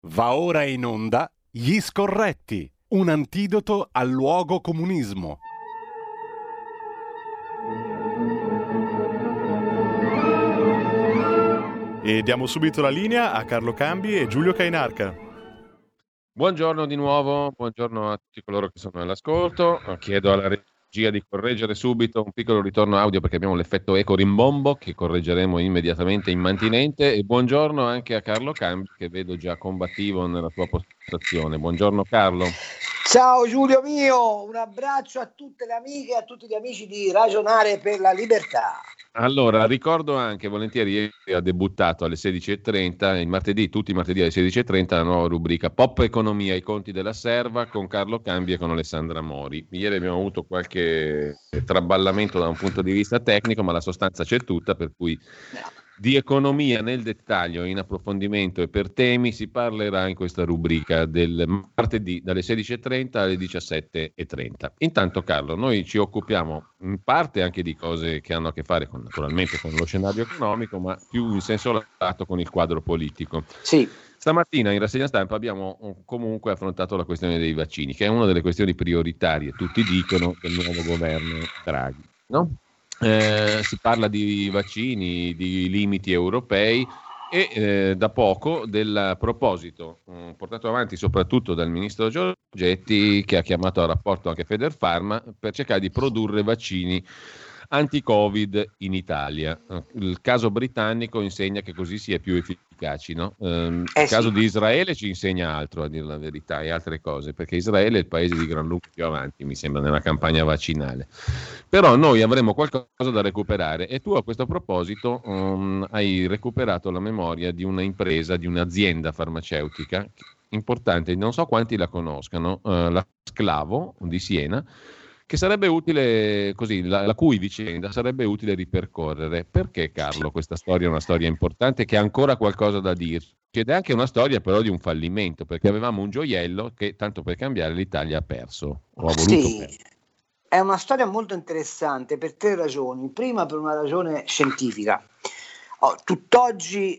Va ora in onda Gli Scorretti, un antidoto al luogo comunismo. E diamo subito la linea a Carlo Cambi e Giulio Cainarca. Buongiorno di nuovo, buongiorno a tutti coloro che sono all'ascolto. Chiedo alla regia di correggere subito un piccolo ritorno audio perché abbiamo l'effetto eco rimbombo che correggeremo immediatamente in mantinente. E buongiorno anche a Carlo Cambi che vedo già combattivo nella sua postazione. Buongiorno Carlo. Ciao Giulio mio, un abbraccio a tutte le amiche e a tutti gli amici di Ragionare per la Libertà. Allora, ricordo anche volentieri, ieri ha debuttato alle 16.30, il martedì, tutti i martedì alle 16.30, la nuova rubrica Pop Economia, i conti della serva con Carlo Cambi e con Alessandra Mori. Ieri abbiamo avuto qualche traballamento da un punto di vista tecnico, ma la sostanza c'è tutta, per cui di economia nel dettaglio, in approfondimento e per temi si parlerà in questa rubrica del martedì dalle 16.30 alle 17.30. Intanto Carlo, noi ci occupiamo in parte anche di cose che hanno a che fare naturalmente con lo scenario economico, ma più in senso lato con il quadro politico. Sì. Stamattina in rassegna stampa abbiamo comunque affrontato la questione dei vaccini, che è una delle questioni prioritarie, tutti dicono, del nuovo governo Draghi, no? Si parla di vaccini, di limiti europei e da poco del proposito portato avanti soprattutto dal ministro Giorgetti, che ha chiamato a rapporto anche Federpharma per cercare di produrre vaccini anti-Covid in Italia. Il caso britannico insegna che così si è più efficaci, no? Il caso di Israele ci insegna altro, a dire la verità, e altre cose, perché Israele è il paese di gran lunga più avanti, mi sembra, nella campagna vaccinale. Però noi avremo qualcosa da recuperare e tu a questo proposito hai recuperato la memoria di una impresa, di un'azienda farmaceutica importante, non so quanti la conoscano, la Sclavo di Siena, che sarebbe utile, così, la cui vicenda sarebbe utile ripercorrere. Perché, Carlo, questa storia è una storia importante che ha ancora qualcosa da dirci? Ed è anche una storia però di un fallimento, perché avevamo un gioiello che, tanto per cambiare, l'Italia ha perso, o ha voluto perdere. È una storia molto interessante per tre ragioni. Prima, per una ragione scientifica. Tutt'oggi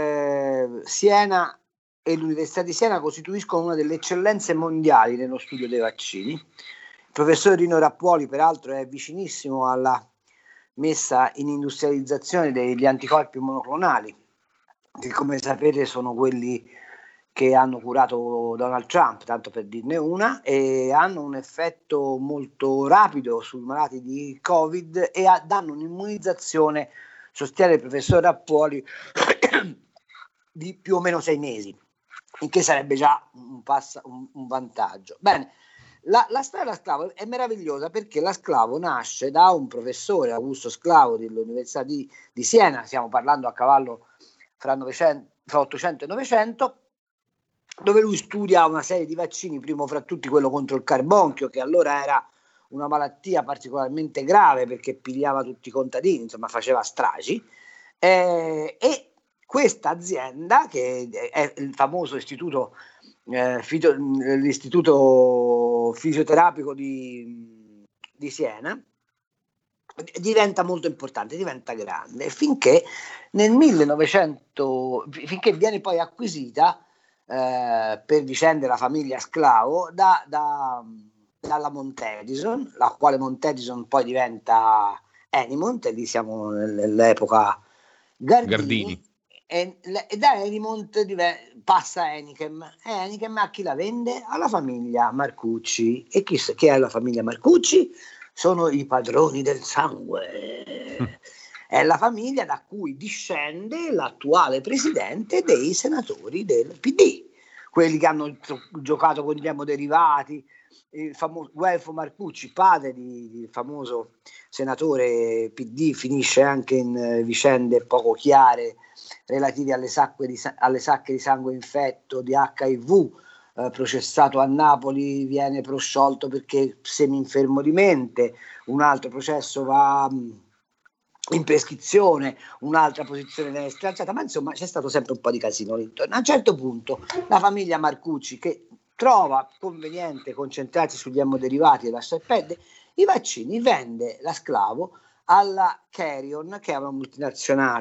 Siena e l'Università di Siena costituiscono una delle eccellenze mondiali nello studio dei vaccini. Il professor Rino Rappuoli, peraltro, è vicinissimo alla messa in industrializzazione degli anticorpi monoclonali, che come sapete sono quelli che hanno curato Donald Trump, tanto per dirne una, e hanno un effetto molto rapido sui malati di Covid e danno un'immunizzazione, sostiene il professor Rappuoli, di più o meno 6 mesi, il che sarebbe già un vantaggio. Bene. La storia della Sclavo è meravigliosa perché la Sclavo nasce da un professore, Augusto Sclavo, dell'Università di Siena, stiamo parlando a cavallo fra 800 e 900, dove lui studia una serie di vaccini, primo fra tutti quello contro il carbonchio, che allora era una malattia particolarmente grave perché pigliava tutti i contadini, insomma faceva stragi, e questa azienda, che è il famoso istituto l'istituto fisioterapico di Siena, diventa molto importante, diventa grande, finché nel 1900, finché viene poi acquisita per vicende della famiglia Sclavo dalla Montedison, la quale Montedison poi diventa Enimont, e lì siamo nell'epoca Gardini. E da Enimont passa a Enichem. E Enichem a chi la vende? Alla famiglia Marcucci. E chi è la famiglia Marcucci? Sono i padroni del sangue. È la famiglia da cui discende l'attuale presidente dei senatori del PD, quelli che hanno giocato con gli emoderivati, il famoso Guelfo Marcucci, padre del famoso senatore PD, finisce anche in vicende poco chiare relativi alle sacche di sangue infetto di HIV, processato a Napoli, viene prosciolto perché semi-infermo di mente, un altro processo va in prescrizione, un'altra posizione viene stracciata, ma insomma c'è stato sempre un po' di casino intorno. A un certo punto la famiglia Marcucci, che trova conveniente concentrarsi sugli emoderivati e lasciare perdere i vaccini, vende la Sclavo alla Cherion, che è una multinazionale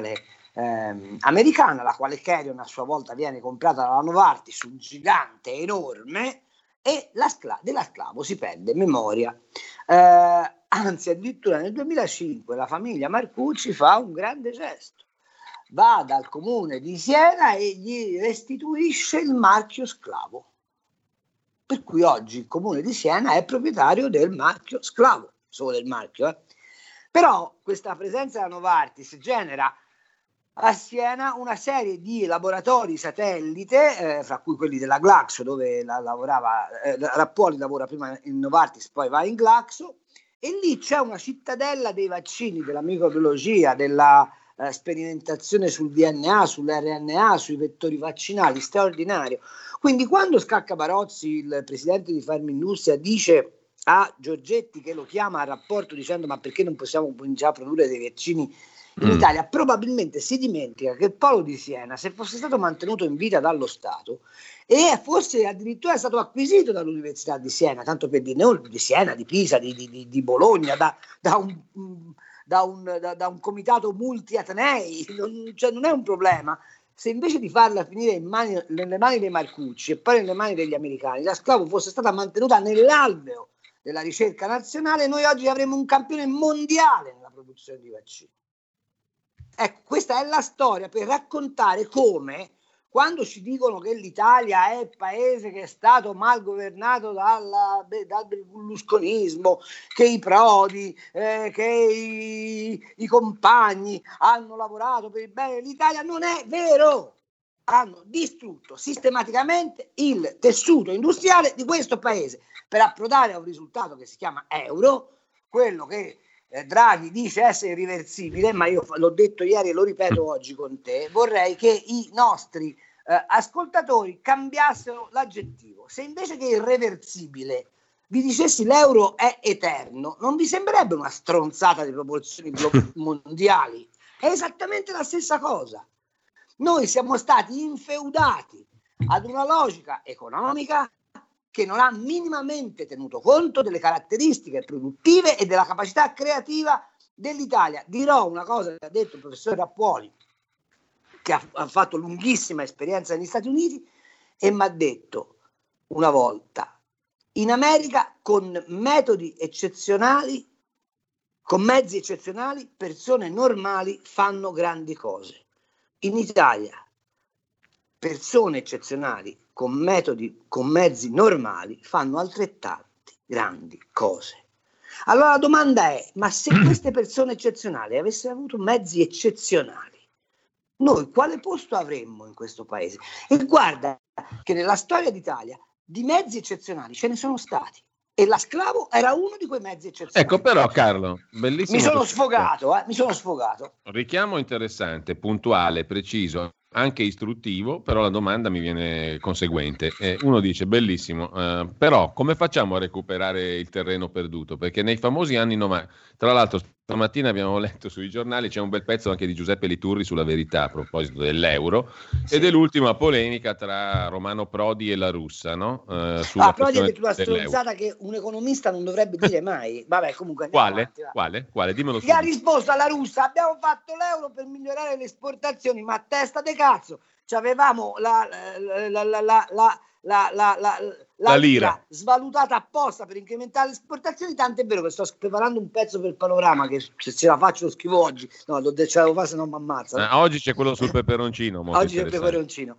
americana, la quale Carrion a sua volta viene comprata dalla Novartis, un gigante enorme, e della Sclavo si perde memoria. Anzi, addirittura nel 2005 la famiglia Marcucci fa un grande gesto, va dal comune di Siena e gli restituisce il marchio Sclavo, per cui oggi il comune di Siena è proprietario del marchio Sclavo, solo del marchio. Però questa presenza della Novartis genera a Siena una serie di laboratori satellite, fra cui quelli della Glaxo, dove lavorava Rappuoli, lavora prima in Novartis, poi va in Glaxo, e lì c'è una cittadella dei vaccini, della microbiologia, della sperimentazione sul DNA, sull'RNA, sui vettori vaccinali, straordinario. Quindi quando Scacca Barozzi, il presidente di Farmindustria, dice a Giorgetti, che lo chiama a rapporto dicendo ma perché non possiamo già produrre dei vaccini in Italia, probabilmente si dimentica che il polo di Siena, se fosse stato mantenuto in vita dallo Stato e fosse addirittura stato acquisito dall'Università di Siena, tanto per dire, non di Siena, di Pisa, di Bologna, da un comitato multiatenei, non è un problema. Se invece di farla finire nelle mani dei Marcucci e poi nelle mani degli americani, la Sclavo fosse stata mantenuta nell'alveo della ricerca nazionale, noi oggi avremmo un campione mondiale nella produzione di vaccini. Ecco, questa è la storia per raccontare come, quando ci dicono che l'Italia è il paese che è stato mal governato dal berlusconismo, che i Prodi, che i compagni hanno lavorato per il bene dell'Italia, non è vero. Hanno distrutto sistematicamente il tessuto industriale di questo paese per approdare a un risultato che si chiama euro, quello che Draghi dice essere irreversibile, ma io l'ho detto ieri e lo ripeto oggi con te. Vorrei che i nostri ascoltatori cambiassero l'aggettivo. Se invece che irreversibile vi dicessi l'euro è eterno, non vi sembrerebbe una stronzata di proporzioni mondiali? È esattamente la stessa cosa. Noi siamo stati infeudati ad una logica economica che non ha minimamente tenuto conto delle caratteristiche produttive e della capacità creativa dell'Italia. Dirò una cosa che ha detto il professor Rappuoli, che ha fatto lunghissima esperienza negli Stati Uniti, e mi ha detto una volta: in America con metodi eccezionali, con mezzi eccezionali, persone normali fanno grandi cose. In Italia persone eccezionali con mezzi normali fanno altrettanti grandi cose. Allora la domanda è: ma se queste persone eccezionali avessero avuto mezzi eccezionali, noi quale posto avremmo in questo paese? E guarda che nella storia d'Italia di mezzi eccezionali ce ne sono stati, e la Sclavo era uno di quei mezzi eccezionali. Ecco, però Carlo, bellissimo. Mi sono sfogato. Richiamo interessante, puntuale, preciso, anche istruttivo, però la domanda mi viene conseguente. Uno dice: bellissimo, però come facciamo a recuperare il terreno perduto? Perché nei famosi anni 90, tra l'altro stamattina abbiamo letto sui giornali, c'è un bel pezzo anche di Giuseppe Liturri sulla Verità a proposito dell'euro, sì, e dell'ultima polemica tra Romano Prodi e La Russa, no? Prodi ha detto una stronzata che un economista non dovrebbe dire mai. Vabbè, comunque Quale? Dimmelo subito. Gli ha risposto alla Russa: abbiamo fatto l'euro per migliorare le esportazioni, ma testa de cazzo, avevamo la lira svalutata apposta per incrementare le esportazioni, tant'è vero che sto preparando un pezzo per il Panorama che se ce la faccio lo scrivo oggi, ce l'avevo fatto se non mi ammazza. Oggi c'è quello sul peperoncino, oggi c'è il peperoncino.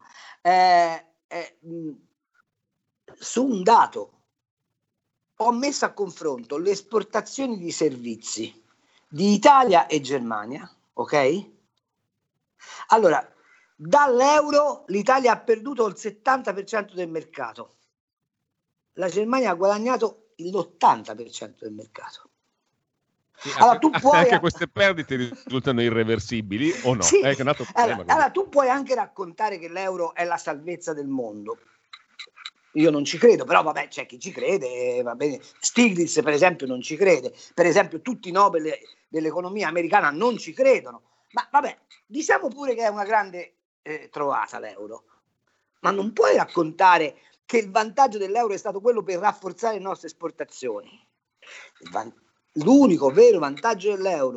Su un dato ho messo a confronto le esportazioni di servizi di Italia e Germania, ok? Allora, dall'euro l'Italia ha perduto il 70% del mercato, la Germania ha guadagnato l'80% del mercato. Sì, allora, tu puoi anche queste perdite risultano irreversibili o no? Sì. Allora, tu puoi anche raccontare che l'euro è la salvezza del mondo. Io non ci credo, però vabbè, c'è chi ci crede, va bene. Stiglitz per esempio non ci crede, per esempio tutti i Nobel dell'economia americana non ci credono, ma vabbè, diciamo pure che è una grande trovata l'euro, ma non puoi raccontare che il vantaggio dell'euro è stato quello per rafforzare le nostre esportazioni. L'unico vero vantaggio dell'euro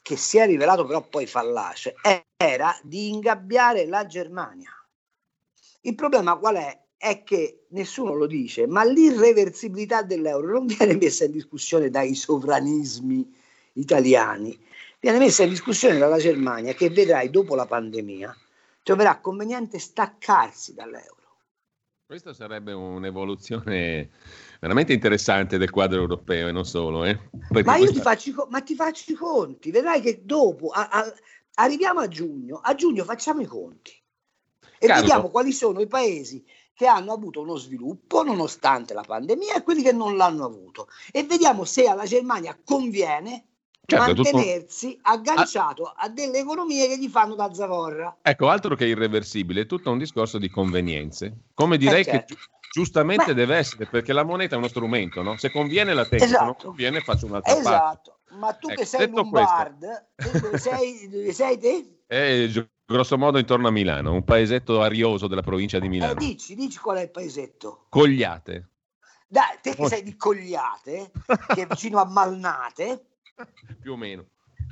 che si è rivelato però poi fallace, era di ingabbiare la Germania. Il problema qual è? È che nessuno lo dice, ma l'irreversibilità dell'euro non viene messa in discussione dai sovranismi italiani, viene messa in discussione dalla Germania, che vedrai dopo la pandemia troverà conveniente staccarsi dall'euro. Questa sarebbe un'evoluzione veramente interessante del quadro europeo e non solo. Ma io ti faccio i conti, vedrai che dopo arriviamo a giugno facciamo i conti e Carlo, vediamo quali sono i paesi che hanno avuto uno sviluppo nonostante la pandemia e quelli che non l'hanno avuto, e vediamo se alla Germania conviene mantenersi agganciato a delle economie che gli fanno da zavorra. Ecco, altro che irreversibile, è tutto un discorso di convenienze. Come direi certo. che giustamente deve essere, perché la moneta è uno strumento, no? Se conviene la tengo, se non conviene faccio un'altra parte. Esatto, ma tu che sei Lombard, dove sei te? Grosso modo intorno a Milano, un paesetto arioso della provincia di Milano. Dici qual è il paesetto? Cogliate. Te che sei di Cogliate, che è vicino a Malnate, più o meno,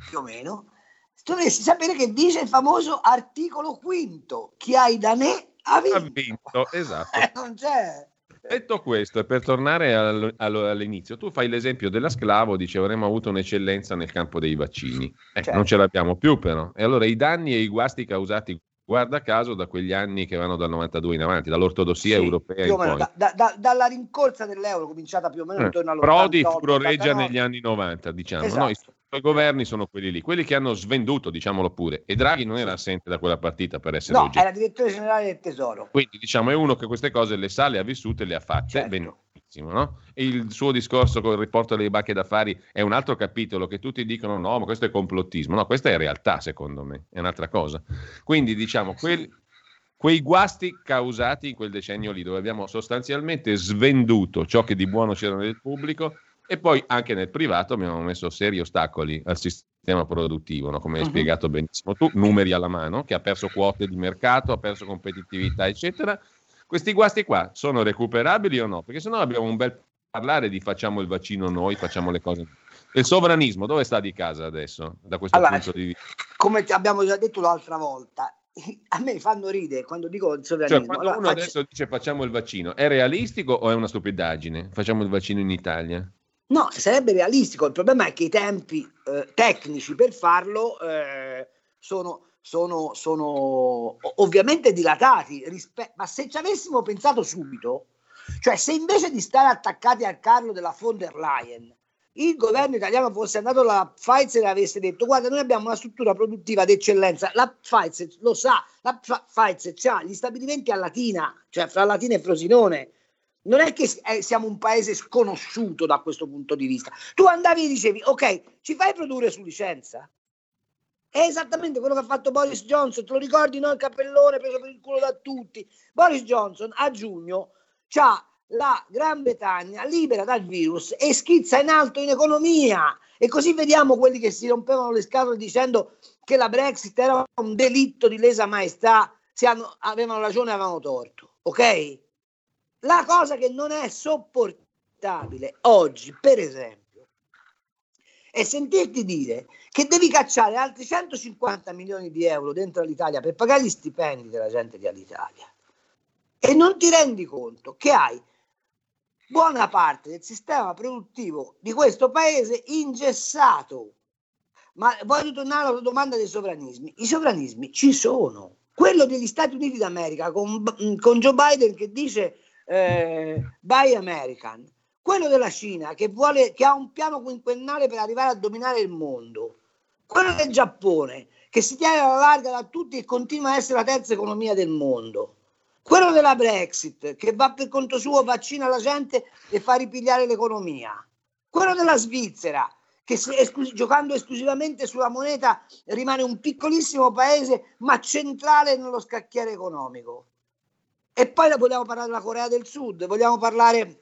dovresti sapere che dice il famoso articolo quinto: chi hai da ne ha vinto. Esatto. Non c'è. Detto questo, e per tornare all'inizio, tu fai l'esempio della Sclavo, dice avremmo avuto un'eccellenza nel campo dei vaccini. Certo. Non ce l'abbiamo più però. E allora i danni e i guasti causati, guarda caso, da quegli anni che vanno dal 92 in avanti, dall'ortodossia europea in poi. Dalla rincorsa dell'euro, cominciata più o meno intorno all'88. Prodi furo reggia negli anni 90, diciamo. Esatto. No? I governi sono quelli che hanno svenduto, diciamolo pure. E Draghi non era assente da quella partita, per essere oggettivo. Era direttore generale del Tesoro. Quindi diciamo è uno che queste cose le sa, le ha vissute, le ha fatte benissimo, no? E il suo discorso con il riporto delle banche d'affari è un altro capitolo, che tutti dicono no, ma questo è complottismo. No, questa è realtà, secondo me, è un'altra cosa. Quindi diciamo quei guasti causati in quel decennio lì, dove abbiamo sostanzialmente svenduto ciò che di buono c'era nel pubblico, e poi anche nel privato abbiamo messo seri ostacoli al sistema produttivo, no? Come hai spiegato benissimo tu, numeri alla mano, che ha perso quote di mercato, ha perso competitività, eccetera. Questi guasti qua sono recuperabili o no? Perché sennò abbiamo un bel parlare di facciamo il vaccino noi, facciamo le cose. Il sovranismo dove sta di casa adesso, da questo punto di vista? Come abbiamo già detto l'altra volta, a me fanno ridere quando dico il sovranismo. Cioè, quando uno adesso dice facciamo il vaccino, è realistico o è una stupidaggine? Facciamo il vaccino in Italia? No, sarebbe realistico. Il problema è che i tempi tecnici per farlo sono ovviamente dilatati. Ma se ci avessimo pensato subito, cioè se invece di stare attaccati al carro della von der Leyen, il governo italiano fosse andato alla Pfizer e avesse detto: guarda, noi abbiamo una struttura produttiva d'eccellenza, la Pfizer lo sa, la Pfizer ha gli stabilimenti a Latina, cioè fra Latina e Frosinone. Non è che siamo un paese sconosciuto da questo punto di vista. Tu andavi e dicevi: ok, ci fai produrre su licenza? È esattamente quello che ha fatto Boris Johnson. Te lo ricordi, no? Il cappellone preso per il culo da tutti. Boris Johnson a giugno c'ha la Gran Bretagna libera dal virus e schizza in alto in economia. E così vediamo quelli che si rompevano le scatole dicendo che la Brexit era un delitto di lesa maestà. Se avevano ragione, avevano torto. Ok? La cosa che non è sopportabile oggi, per esempio, è sentirti dire che devi cacciare altri 150 milioni di euro dentro l'Italia per pagare gli stipendi della gente di Alitalia, e non ti rendi conto che hai buona parte del sistema produttivo di questo paese ingessato. Ma voglio tornare alla domanda dei sovranismi. I sovranismi ci sono. Quello degli Stati Uniti d'America con Joe Biden che dice Buy American, quello della Cina che ha un piano quinquennale per arrivare a dominare il mondo, quello del Giappone che si tiene alla larga da tutti e continua a essere la terza economia del mondo, quello della Brexit che va per conto suo, vaccina la gente e fa ripigliare l'economia, quello della Svizzera che giocando esclusivamente sulla moneta rimane un piccolissimo paese ma centrale nello scacchiere economico. E poi vogliamo parlare della Corea del Sud, vogliamo parlare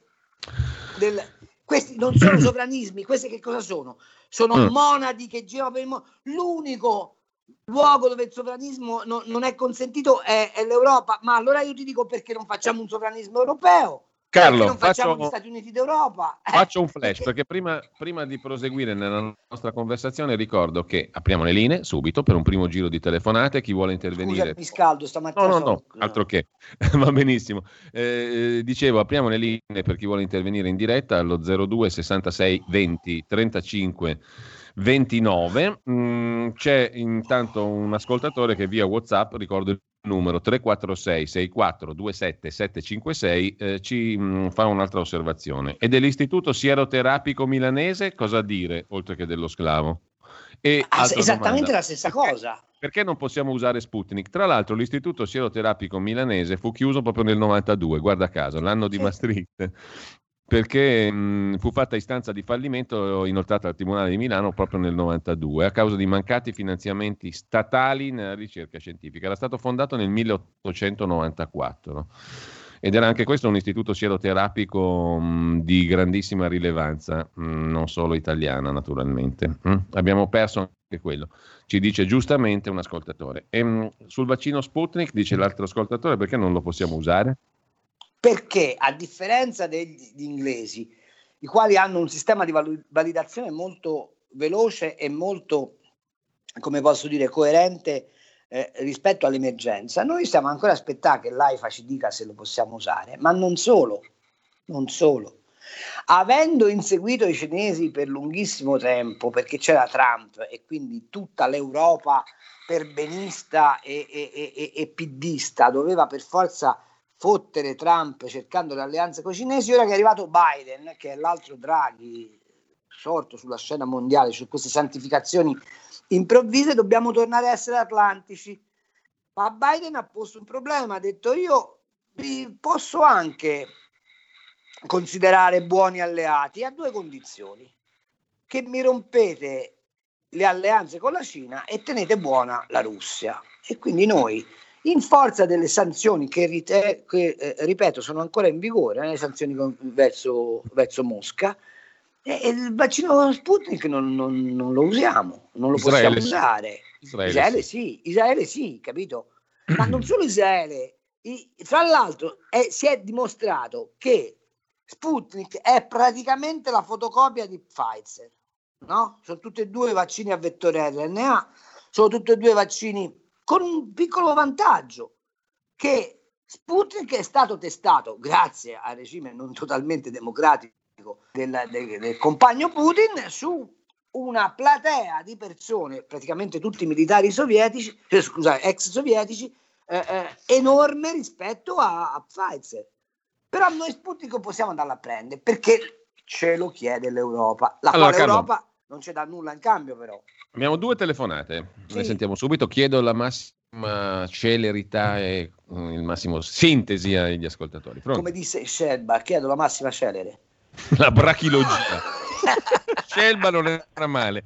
questi non sono sovranismi, questi che cosa sono? Sono monadi che girano per il mondo. L'unico luogo dove il sovranismo non è consentito è l'Europa. Ma allora io ti dico: perché non facciamo un sovranismo europeo? Carlo, non facciamo gli Stati Uniti d'Europa? Faccio un flash, perché prima di proseguire nella nostra conversazione ricordo che apriamo le linee subito per un primo giro di telefonate. Chi vuole intervenire? Scusa, mi scaldo stamattina. No, altro che. Va benissimo. Dicevo, apriamo le linee per chi vuole intervenire in diretta allo 02 66 20 35 29. C'è intanto un ascoltatore che via WhatsApp, ricordo il numero 346 64 27 756, ci fa un'altra osservazione. E dell'Istituto Sieroterapico Milanese cosa dire, oltre che dello sclavo? E esattamente domanda, la stessa cosa. Perché non possiamo usare Sputnik? Tra l'altro l'Istituto Sieroterapico Milanese fu chiuso proprio nel 92, guarda caso, l'anno di Maastricht, perché fu fatta istanza di fallimento inoltrata al Tribunale di Milano proprio nel 92 a causa di mancati finanziamenti statali nella ricerca scientifica. Era stato fondato nel 1894 ed era anche questo un istituto sieroterapico di grandissima rilevanza, non solo italiana naturalmente. Abbiamo perso anche quello, ci dice giustamente un ascoltatore. E sul vaccino Sputnik, dice l'altro ascoltatore, perché non lo possiamo usare? Perché a differenza degli inglesi, i quali hanno un sistema di validazione molto veloce e molto, come posso dire, coerente rispetto all'emergenza, noi stiamo ancora a aspettare che l'AIFA ci dica se lo possiamo usare, ma non solo. Avendo inseguito i cinesi per lunghissimo tempo, perché c'era Trump e quindi tutta l'Europa perbenista e piddista doveva per forza fottere Trump cercando le alleanze con i cinesi, ora che è arrivato Biden, che è l'altro Draghi sorto sulla scena mondiale, su queste santificazioni improvvise, dobbiamo tornare a essere atlantici. Ma Biden ha posto un problema, ha detto: io vi posso anche considerare buoni alleati a due condizioni: che mi rompete le alleanze con la Cina e tenete buona la Russia. E quindi noi, in forza delle sanzioni che ripeto sono ancora in vigore, le sanzioni verso Mosca, e il vaccino Sputnik non lo usiamo, non lo possiamo usare. Israele sì, capito? Ma non solo Israele, fra l'altro si è dimostrato che Sputnik è praticamente la fotocopia di Pfizer, no? Sono tutti e due vaccini a vettore RNA, sono tutti e due vaccini con un piccolo vantaggio, che Sputnik è stato testato grazie al regime non totalmente democratico del compagno Putin su una platea di persone, praticamente tutti militari sovietici, ex sovietici, enorme rispetto a Pfizer. Però noi Sputnik possiamo andarla a prendere perché ce lo chiede l'Europa, quale Europa non ci dà nulla in cambio. Però abbiamo due telefonate, sì. Le sentiamo subito. Chiedo la massima celerità e il massimo sintesi agli ascoltatori. Pronto? Come disse Scelba, chiedo la massima celere. La brachilogia. Scelba non era male.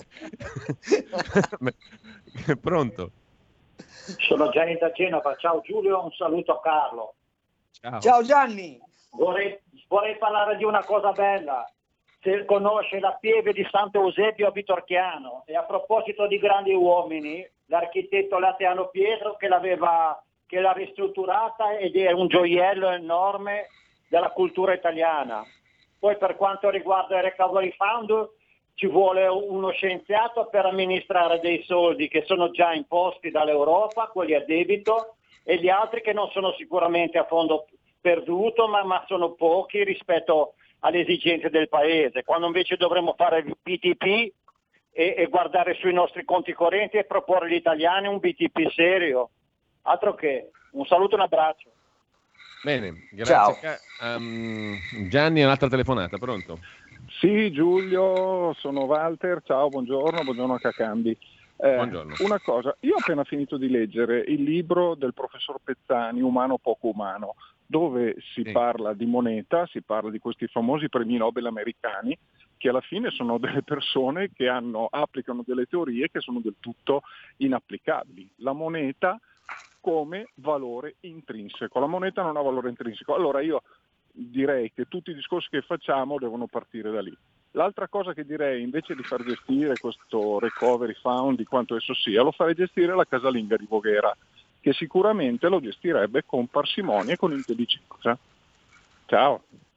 Pronto? Sono Gianni da Genova. Ciao Giulio, un saluto a Carlo. Ciao Gianni. Vorrei parlare di una cosa bella. Se conosce la pieve di Sant'Eusebio a Vitorchiano, e a proposito di grandi uomini, l'architetto Lateano Pietro che l'ha ristrutturata ed è un gioiello enorme della cultura italiana. Poi per quanto riguarda il Recovery Fund ci vuole uno scienziato per amministrare dei soldi che sono già imposti dall'Europa, quelli a debito, e gli altri che non sono sicuramente a fondo perduto, ma sono pochi rispetto alle esigenze del paese, quando invece dovremmo fare il BTP e guardare sui nostri conti correnti e proporre agli italiani un BTP serio. Altro che. Un saluto e un abbraccio. Bene, grazie. Ciao. Gianni, un'altra telefonata, pronto? Sì, Giulio, sono Walter, ciao, buongiorno a Cacambi. Buongiorno. Una cosa, io ho appena finito di leggere il libro del professor Pezzani, Umano poco umano, dove si parla di moneta, si parla di questi famosi premi Nobel americani, che alla fine sono delle persone che applicano delle teorie che sono del tutto inapplicabili. La moneta come valore intrinseco, la moneta non ha valore intrinseco. Allora io direi che tutti i discorsi che facciamo devono partire da lì. L'altra cosa che direi, invece di far gestire questo recovery fund, di quanto esso sia, lo farei gestire la casalinga di Voghera, che sicuramente lo gestirebbe con parsimonia e con intelligenza. Ciao.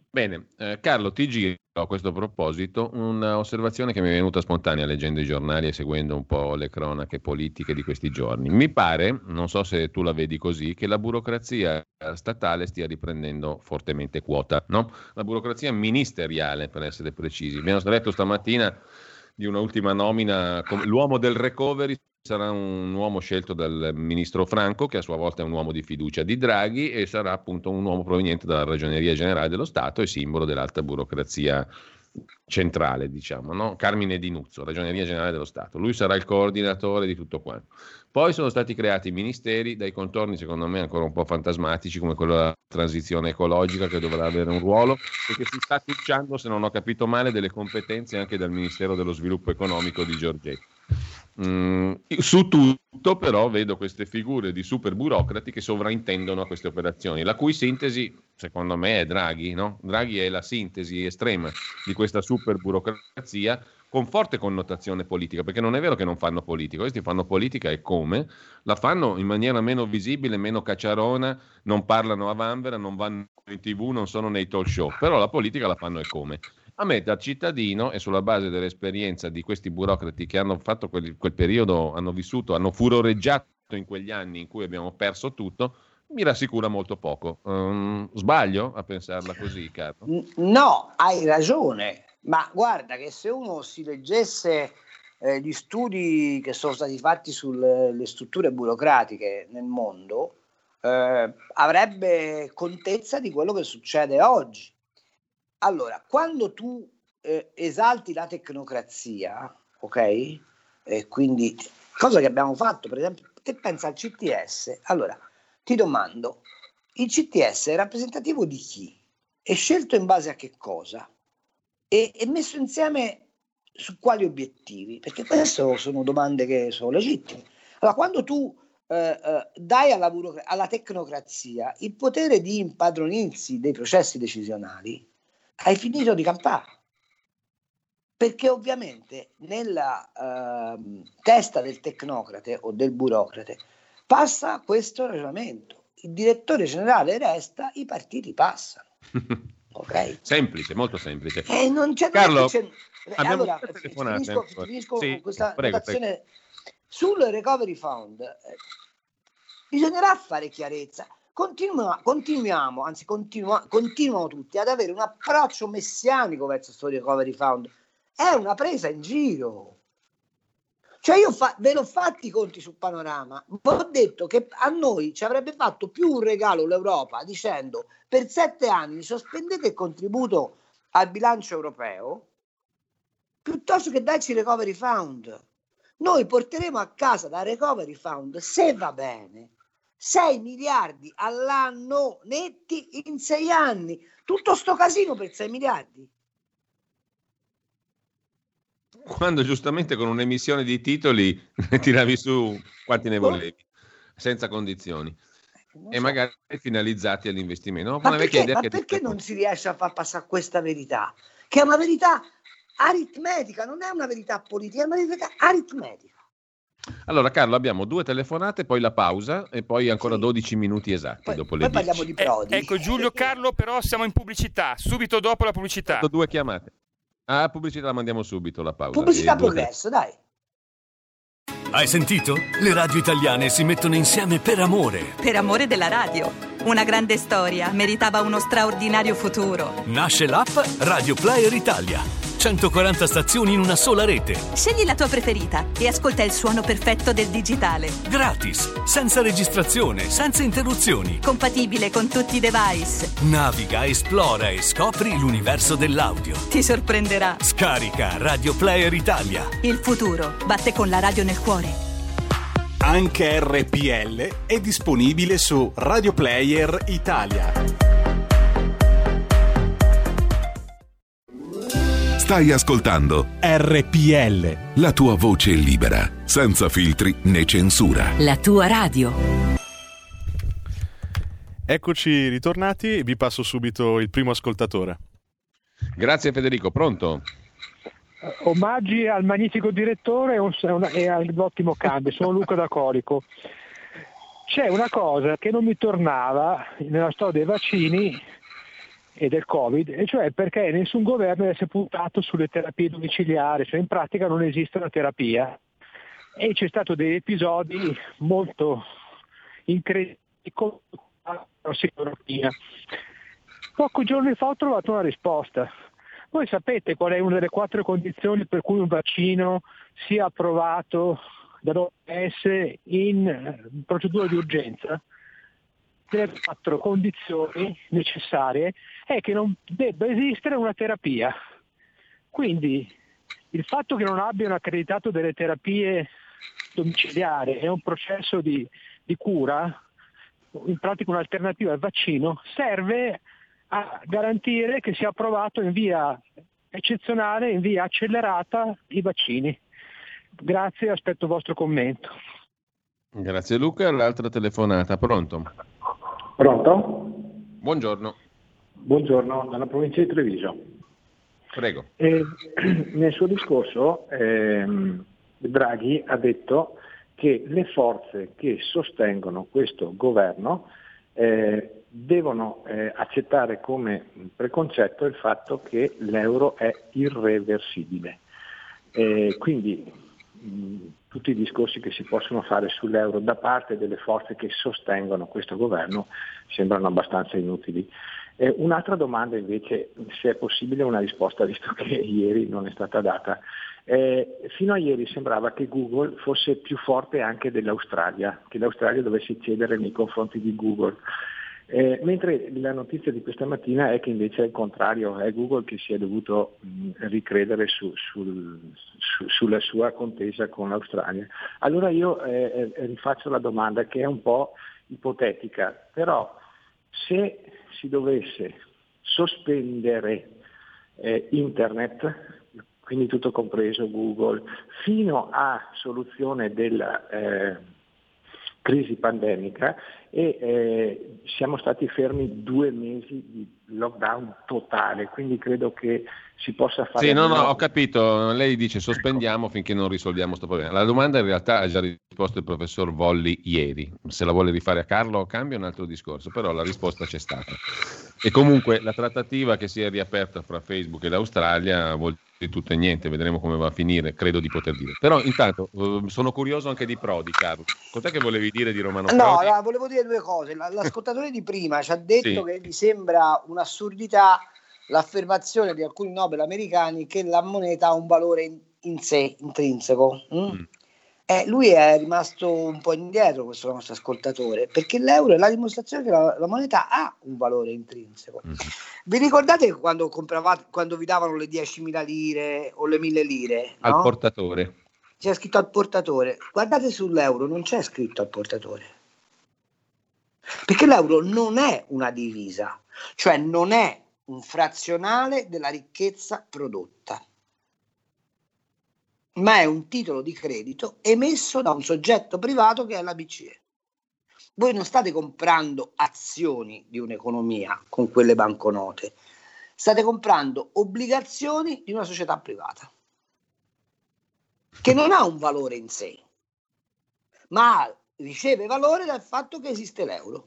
Bene, Carlo, ti giro a questo proposito un'osservazione che mi è venuta spontanea leggendo i giornali e seguendo un po' le cronache politiche di questi giorni. Mi pare, non so se tu la vedi così, che la burocrazia statale stia riprendendo fortemente quota, no? La burocrazia ministeriale, per essere precisi. Abbiamo letto stamattina di un'ultima nomina, l'uomo del recovery sarà un uomo scelto dal ministro Franco, che a sua volta è un uomo di fiducia di Draghi, e sarà appunto un uomo proveniente dalla Ragioneria Generale dello Stato e simbolo dell'alta burocrazia centrale, diciamo, no? Carmine Di Nuzzo, Ragioneria Generale dello Stato. Lui sarà il coordinatore di tutto quanto. Poi sono stati creati ministeri dai contorni, secondo me, ancora un po' fantasmatici, come quello della transizione ecologica, che dovrà avere un ruolo, e che si sta tucciando, se non ho capito male, delle competenze anche dal Ministero dello Sviluppo Economico di Giorgetti. Su tutto però vedo queste figure di super burocrati che sovraintendono a queste operazioni, la cui sintesi secondo me è Draghi, no? Draghi è la sintesi estrema di questa super burocrazia con forte connotazione politica, perché non è vero che non fanno politica, questi fanno politica e come? La fanno in maniera meno visibile, meno cacciarona, non parlano a vanvera, non vanno in TV, non sono nei talk show, però la politica la fanno e come? A me da cittadino e sulla base dell'esperienza di questi burocrati che hanno fatto quel periodo, hanno vissuto, hanno furoreggiato in quegli anni in cui abbiamo perso tutto, mi rassicura molto poco. Sbaglio a pensarla così, Carlo? No, hai ragione, ma guarda che se uno si leggesse gli studi che sono stati fatti sulle strutture burocratiche nel mondo, avrebbe contezza di quello che succede oggi. Allora, quando tu esalti la tecnocrazia, ok? Quindi, cosa che abbiamo fatto, per esempio, te pensa al CTS, allora ti domando, il CTS è rappresentativo di chi? È scelto in base a che cosa? E messo insieme su quali obiettivi? Perché queste sono domande che sono legittime. Allora, quando tu dai alla tecnocrazia il potere di impadronirsi dei processi decisionali, hai finito di campare, perché ovviamente nella testa del tecnocrate o del burocrate passa questo ragionamento: il direttore generale resta, i partiti passano. Ok? Semplice, molto semplice. Non c'è, Carlo, allora finisco sì, con questa notazione sul recovery fund. Bisognerà fare chiarezza. Continuano tutti ad avere un approccio messianico verso questo recovery fund. È una presa in giro. Cioè io ve l'ho fatti i conti su Panorama, ho detto che a noi ci avrebbe fatto più un regalo l'Europa dicendo: per 7 anni sospendete il contributo al bilancio europeo piuttosto che darci il recovery fund. Noi porteremo a casa dal recovery fund, se va bene, 6 miliardi all'anno netti in 6 anni. Tutto sto casino per 6 miliardi. Quando giustamente con un'emissione di titoli ne tiravi su quanti ne volevi, senza condizioni, e magari finalizzati all'investimento. Ma perché non si riesce a far passare questa verità? Che è una verità aritmetica, non è una verità politica, è una verità aritmetica. Allora Carlo, abbiamo 2 telefonate, poi la pausa e poi ancora 12 minuti esatti dopo le 10. Parliamo di Prodi. Ecco Giulio, Carlo, però siamo in pubblicità, subito dopo la pubblicità. 2 chiamate. Pubblicità la mandiamo subito, la pausa. Pubblicità progresso, dai. Hai sentito? Le radio italiane si mettono insieme per amore. Per amore della radio. Una grande storia meritava uno straordinario futuro. Nasce l'app Radio Player Italia. 140 stazioni in una sola rete. Scegli la tua preferita e ascolta il suono perfetto del digitale. Gratis, senza registrazione, senza interruzioni. Compatibile con tutti i device. Naviga, esplora e scopri l'universo dell'audio. Ti sorprenderà. Scarica Radio Player Italia. Il futuro batte con la radio nel cuore. Anche RPL è disponibile su Radio Player Italia. Stai ascoltando RPL, la tua voce libera, senza filtri né censura. La tua radio. Eccoci ritornati, vi passo subito il primo ascoltatore. Grazie Federico, pronto? Omaggi al magnifico direttore e all'ottimo cambio. Sono Luca da Colico. C'è una cosa che non mi tornava nella storia dei vaccini, e del Covid, e cioè perché nessun governo si è puntato sulle terapie domiciliari, cioè in pratica non esiste una terapia. E c'è stato degli episodi molto incredibili con la ossicurofina. Pochi giorni fa ho trovato una risposta. Voi sapete qual è una delle 4 condizioni per cui un vaccino sia approvato dall'OMS in procedura di urgenza? Le 4 condizioni necessarie è che non debba esistere una terapia. Quindi il fatto che non abbiano accreditato delle terapie domiciliari è un processo di cura, in pratica un'alternativa al vaccino, serve a garantire che sia approvato in via eccezionale, in via accelerata i vaccini. Grazie, aspetto il vostro commento. Grazie Luca, l'altra telefonata, pronto? Pronto? Buongiorno. Buongiorno, dalla provincia di Treviso. Prego. Nel suo discorso Draghi ha detto che le forze che sostengono questo governo devono accettare come preconcetto il fatto che l'euro è irreversibile. Quindi tutti i discorsi che si possono fare sull'euro da parte delle forze che sostengono questo governo sembrano abbastanza inutili. Un'altra domanda invece, se è possibile una risposta, visto che ieri non è stata data. Fino a ieri sembrava che Google fosse più forte anche dell'Australia, che l'Australia dovesse cedere nei confronti di Google. Mentre la notizia di questa mattina è che invece è il contrario, è Google che si è dovuto ricredere sulla sua contesa con l'Australia. Allora io rifaccio la domanda che è un po' ipotetica, però se si dovesse sospendere internet, quindi tutto compreso Google, fino a soluzione della crisi pandemica, e siamo stati fermi 2 mesi di lockdown totale, quindi credo che si possa fare... Sì, no, ho capito, lei dice sospendiamo finché non risolviamo questo problema. La domanda in realtà ha già risposto il professor Volli ieri, se la vuole rifare a Carlo cambia un altro discorso, però la risposta c'è stata. E comunque la trattativa che si è riaperta fra Facebook e l'Australia vuol dire tutto e niente, vedremo come va a finire, credo di poter dire. Però intanto sono curioso anche di Prodi, Carlo. Cos'è che volevi dire di Romano Prodi? No, volevo dire 2 cose. L'ascoltatore di prima ci ha detto che gli sembra un'assurdità l'affermazione di alcuni Nobel americani che la moneta ha un valore in sé, intrinseco. Lui è rimasto un po' indietro, questo nostro ascoltatore, perché l'euro è la dimostrazione che la moneta ha un valore intrinseco. Vi ricordate quando vi davano le 10.000 lire o le 1.000 lire? Al no? portatore. C'è scritto al portatore. Guardate sull'euro, non c'è scritto al portatore. Perché l'euro non è una divisa, cioè non è un frazionale della ricchezza prodotta, ma è un titolo di credito emesso da un soggetto privato che è la BCE. Voi non state comprando azioni di un'economia con quelle banconote, state comprando obbligazioni di una società privata che non ha un valore in sé, ma riceve valore dal fatto che esiste l'euro.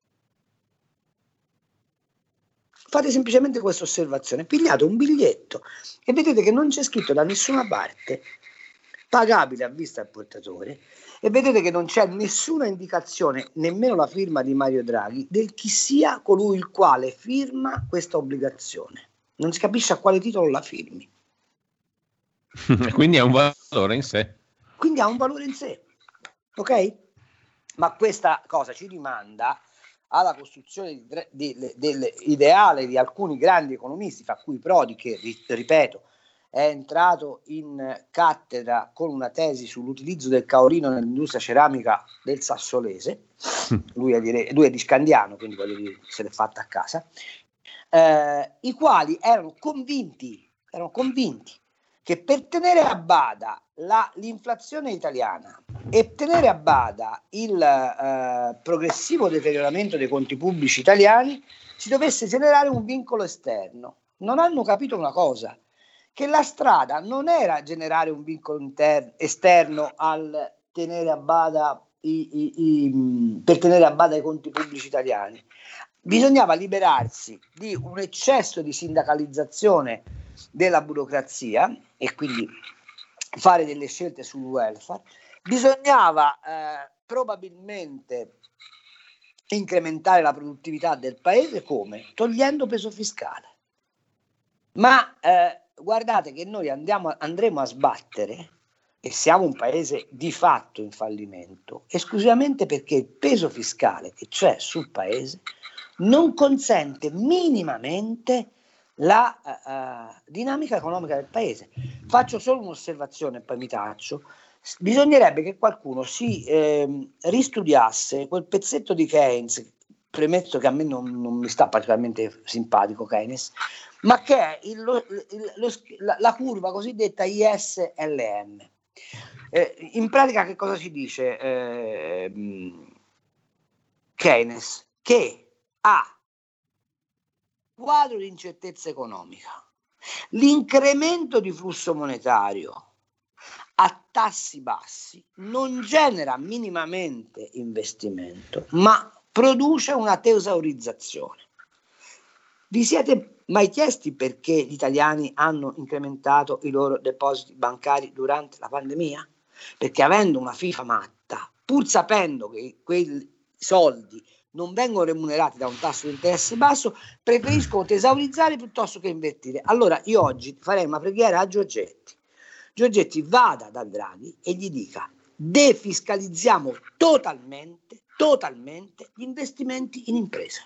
Fate semplicemente questa osservazione, pigliate un biglietto e vedete che non c'è scritto da nessuna parte pagabile a vista al portatore, e vedete che non c'è nessuna indicazione, nemmeno la firma di Mario Draghi, del chi sia colui il quale firma questa obbligazione. Non si capisce a quale titolo la firmi. Quindi ha un valore in sé. Quindi ha un valore in sé, ok? Ma questa cosa ci rimanda alla costruzione dell'ideale di alcuni grandi economisti, fra cui Prodi, che ripeto è entrato in cattedra con una tesi sull'utilizzo del caolino nell'industria ceramica del Sassolese. Lui è di Scandiano, quindi voglio dire, se l'è fatta a casa, i quali erano convinti che per tenere a bada l'inflazione italiana e tenere a bada il progressivo deterioramento dei conti pubblici italiani si dovesse generare un vincolo esterno. Non hanno capito una cosa, che la strada non era generare un vincolo esterno al tenere a bada per tenere a bada i conti pubblici italiani, bisognava liberarsi di un eccesso di sindacalizzazione della burocrazia e quindi fare delle scelte sul welfare, bisognava probabilmente incrementare la produttività del paese come? Togliendo peso fiscale. Ma guardate che noi andremo a sbattere, e siamo un paese di fatto in fallimento, esclusivamente perché il peso fiscale che c'è sul paese non consente minimamente la dinamica economica del paese. Faccio solo un'osservazione e poi mi taccio. Bisognerebbe che qualcuno si ristudiasse quel pezzetto di Keynes, premetto che a me non mi sta particolarmente simpatico Keynes, ma che è la curva cosiddetta ISLM. In pratica che cosa ci dice Keynes? Che a quadro di incertezza economica, l'incremento di flusso monetario a tassi bassi non genera minimamente investimento, ma produce una tesaurizzazione. Vi siete mai chiesti perché gli italiani hanno incrementato i loro depositi bancari durante la pandemia? Perché avendo una FIFA matta, pur sapendo che quei soldi non vengono remunerati da un tasso di interesse basso, preferiscono tesaurizzare piuttosto che invertire. Allora io oggi farei una preghiera a Giorgetti. Giorgetti vada da Draghi e gli dica: defiscalizziamo totalmente gli investimenti in impresa.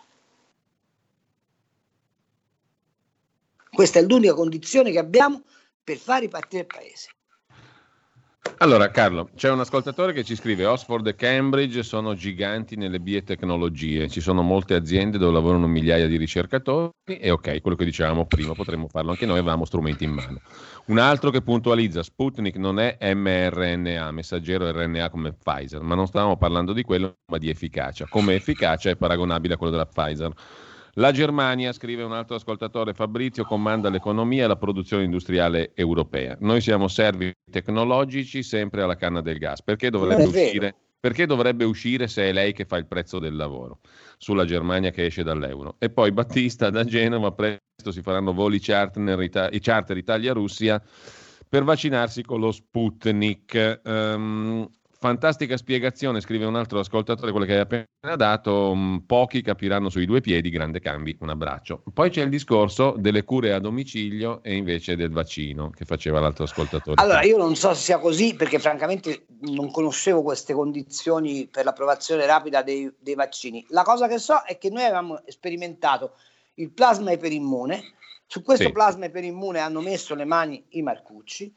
Questa è l'unica condizione che abbiamo per far ripartire il paese. Allora Carlo, c'è un ascoltatore che ci scrive: Oxford e Cambridge sono giganti nelle biotecnologie, ci sono molte aziende dove lavorano migliaia di ricercatori e ok, quello che dicevamo prima, potremmo farlo anche noi, avevamo strumenti in mano. Un altro che puntualizza: Sputnik non è mRNA, messaggero RNA come Pfizer, ma non stavamo parlando di quello ma di efficacia. Come efficacia è paragonabile a quello della Pfizer. La Germania, scrive un altro ascoltatore, Fabrizio, comanda l'economia e la produzione industriale europea. Noi siamo servi tecnologici sempre alla canna del gas. Perché dovrebbe uscire se è lei che fa il prezzo del lavoro? Sulla Germania che esce dall'euro. E poi Battista da Genova: presto si faranno voli charter Italia-Russia per vaccinarsi con lo Sputnik. Fantastica spiegazione, scrive un altro ascoltatore, quella che hai appena dato. Pochi capiranno sui due piedi, grande cambi, un abbraccio. Poi c'è il discorso delle cure a domicilio e invece del vaccino che faceva l'altro ascoltatore. Allora io non so se sia così, perché francamente non conoscevo queste condizioni per l'approvazione rapida dei vaccini. La cosa che so è che noi avevamo sperimentato il plasma iperimmune. Su questo plasma iperimmune hanno messo le mani i Marcucci,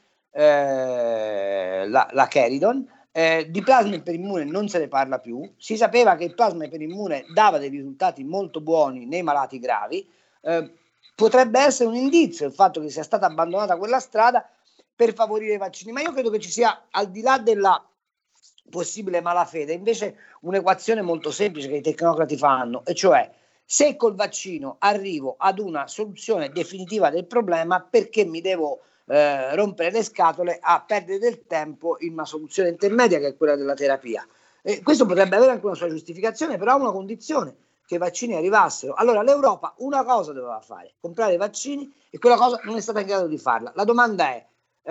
la Keridon. Di plasma iperimmune non se ne parla più. Si sapeva che il plasma iperimmune dava dei risultati molto buoni nei malati gravi. Potrebbe essere un indizio il fatto che sia stata abbandonata quella strada per favorire i vaccini, ma io credo che ci sia, al di là della possibile malafede, invece un'equazione molto semplice che i tecnocrati fanno, e cioè: se col vaccino arrivo ad una soluzione definitiva del problema, perché mi devo rompere le scatole a perdere del tempo in una soluzione intermedia che è quella della terapia? Questo potrebbe avere anche una sua giustificazione, però a una condizione: che i vaccini arrivassero. Allora l'Europa una cosa doveva fare: comprare i vaccini, e quella cosa non è stata in grado di farla. La domanda è: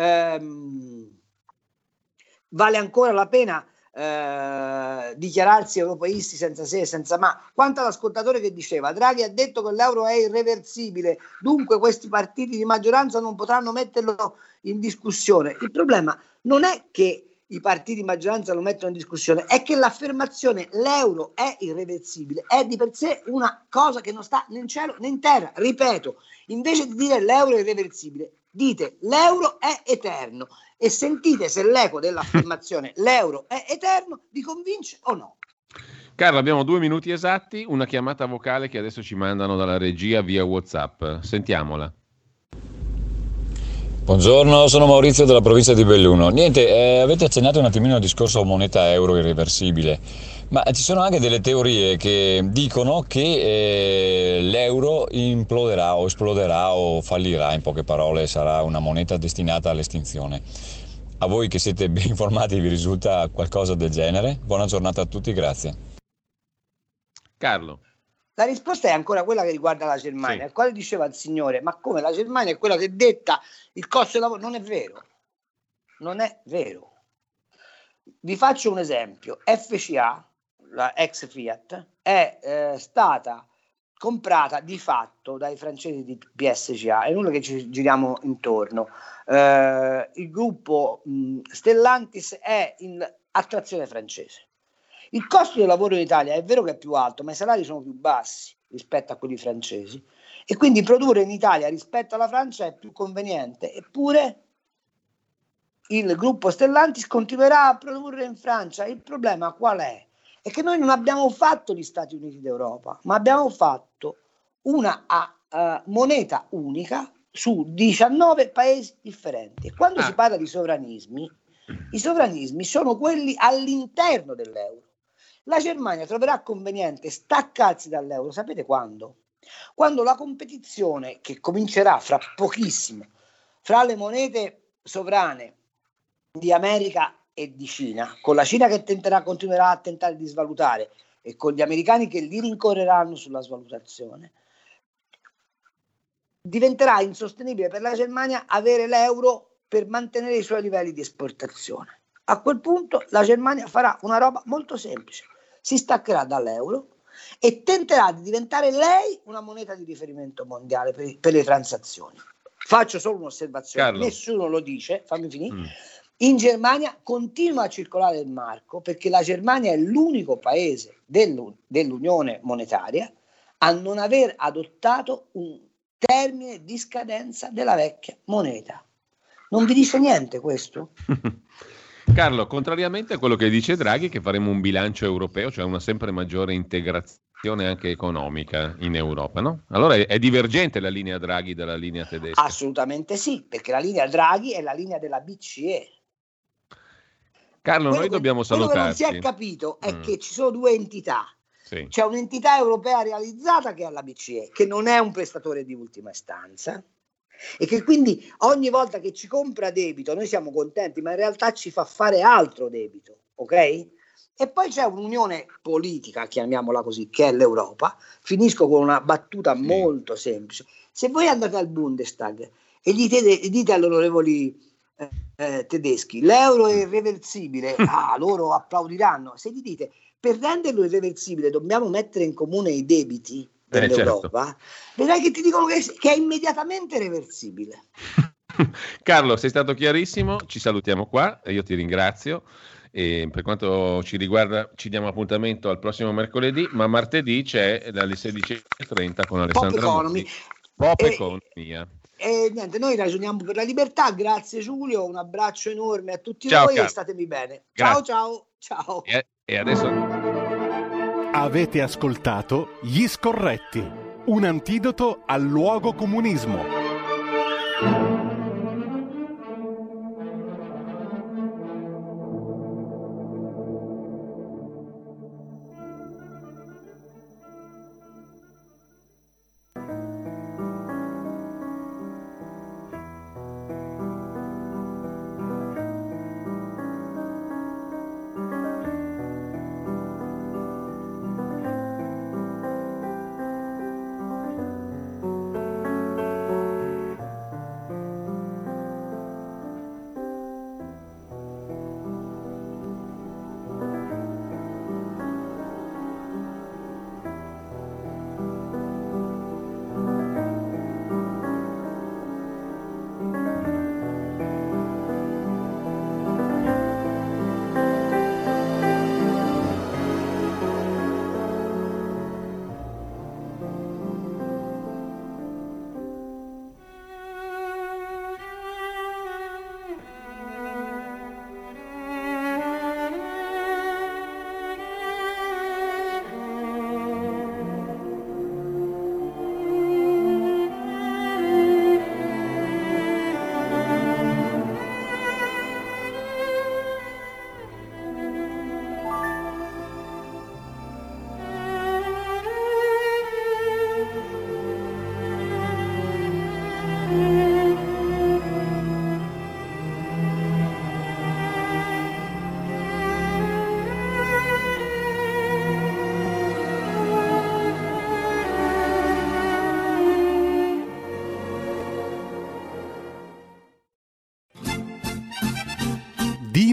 vale ancora la pena dichiararsi europeisti senza se e senza ma? Quanto all'ascoltatore che diceva: Draghi ha detto che l'euro è irreversibile, dunque questi partiti di maggioranza non potranno metterlo in discussione. Il problema non è che i partiti di maggioranza lo mettono in discussione, è che l'affermazione l'euro è irreversibile è di per sé una cosa che non sta né in cielo né in terra. Ripeto, invece di dire l'euro è irreversibile, dite l'euro è eterno, e sentite se l'eco dell'affermazione l'euro è eterno vi convince o no. Carlo, abbiamo 2 minuti esatti, una chiamata vocale che adesso ci mandano dalla regia via WhatsApp. Sentiamola. Buongiorno, sono Maurizio della provincia di Belluno. Niente, avete accennato un attimino al discorso moneta euro irreversibile, ma ci sono anche delle teorie che dicono che l'euro imploderà o esploderà o fallirà, in poche parole sarà una moneta destinata all'estinzione. A voi che siete ben informati vi risulta qualcosa del genere? Buona giornata a tutti, grazie. Carlo. La risposta è ancora quella che riguarda la Germania, al quale diceva il signore, ma come la Germania è quella che detta il costo del lavoro? Non è vero, non è vero. Vi faccio un esempio. FCA, la ex Fiat, è stata comprata di fatto dai francesi di PSCA, è nulla che ci giriamo intorno. Il gruppo Stellantis è in attrazione francese. Il costo del lavoro in Italia è vero che è più alto, ma i salari sono più bassi rispetto a quelli francesi e quindi produrre in Italia rispetto alla Francia è più conveniente. Eppure il gruppo Stellantis continuerà a produrre in Francia. Il problema qual è? È che noi non abbiamo fatto gli Stati Uniti d'Europa, ma abbiamo fatto una moneta unica su 19 paesi differenti. E quando si parla di sovranismi, i sovranismi sono quelli all'interno dell'euro. La Germania troverà conveniente staccarsi dall'euro, sapete quando? Quando la competizione che comincerà fra pochissimo fra le monete sovrane di America e di Cina, con la Cina che continuerà a tentare di svalutare e con gli americani che li rincorreranno sulla svalutazione, diventerà insostenibile per la Germania avere l'euro per mantenere i suoi livelli di esportazione. A quel punto la Germania farà una roba molto semplice, si staccherà dall'euro e tenterà di diventare lei una moneta di riferimento mondiale per le transazioni. Faccio solo un'osservazione, Carlo. Nessuno lo dice, fammi finire. In Germania continua a circolare il marco perché la Germania è l'unico paese dell'Unione monetaria a non aver adottato un termine di scadenza della vecchia moneta. Non vi dice niente questo? Carlo, contrariamente a quello che dice Draghi, che faremo un bilancio europeo, cioè una sempre maggiore integrazione anche economica in Europa, no? Allora è divergente la linea Draghi dalla linea tedesca? Assolutamente sì, perché la linea Draghi è la linea della BCE. Carlo, noi dobbiamo salutarci. Quello che non si è capito è che ci sono due entità. Sì. C'è un'entità europea realizzata che è la BCE, che non è un prestatore di ultima istanza e che quindi ogni volta che ci compra debito noi siamo contenti, ma in realtà ci fa fare altro debito, ok? E poi c'è un'unione politica, chiamiamola così, che è l'Europa. Finisco con una battuta molto semplice. Se voi andate al Bundestag e dite agli onorevoli tedeschi l'euro è irreversibile, loro applaudiranno. Se gli dite per renderlo irreversibile dobbiamo mettere in comune i debiti dell'Europa, certo, vedrai che ti dicono che è immediatamente reversibile. Carlo, sei stato chiarissimo, ci salutiamo qua e io ti ringrazio. E per quanto ci riguarda ci diamo appuntamento al prossimo mercoledì, ma martedì c'è dalle 16:30 con Alessandra Motti, Pop Economia. E niente, noi ragioniamo per la libertà. Grazie Giulio, un abbraccio enorme a tutti Ciao, voi Carlo. e statemi bene. Grazie. Ciao. E adesso avete ascoltato Gli Scorretti, un antidoto al luogo comunismo.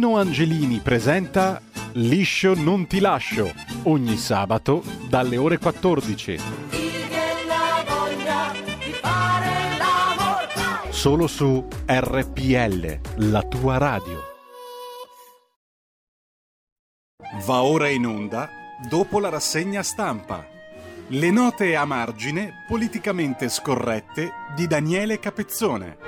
Nino Angelini presenta Liscio non ti lascio, ogni sabato dalle ore 14. Solo su RPL, la tua radio. Va ora in onda, dopo la rassegna stampa, le note a margine politicamente scorrette di Daniele Capezzone.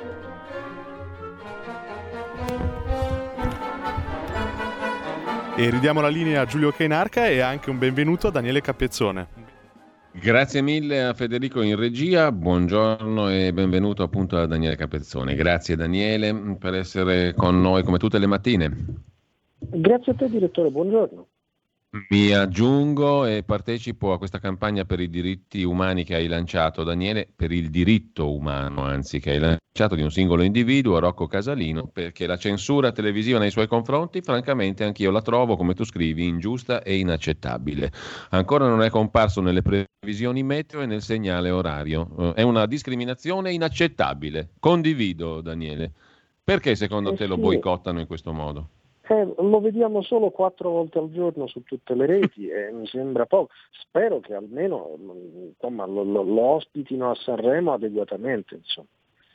E ridiamo la linea a Giulio Cainarca e anche un benvenuto a Daniele Capezzone. Grazie mille a Federico in regia, buongiorno e benvenuto appunto a Daniele Capezzone. Grazie Daniele per essere con noi come tutte le mattine. Grazie a te direttore, buongiorno. Mi aggiungo e partecipo a questa campagna per i diritti umani che hai lanciato, Daniele, per il diritto umano, anzi, che hai lanciato di un singolo individuo, Rocco Casalino, perché la censura televisiva nei suoi confronti, francamente, anch'io la trovo, come tu scrivi, ingiusta e inaccettabile. Ancora non è comparso nelle previsioni meteo e nel segnale orario. È una discriminazione inaccettabile. Condivido, Daniele. Perché secondo te lo boicottano in questo modo? Lo vediamo solo 4 volte al giorno su tutte le reti e mi sembra poco. Spero che almeno insomma, lo ospitino a Sanremo adeguatamente. Insomma.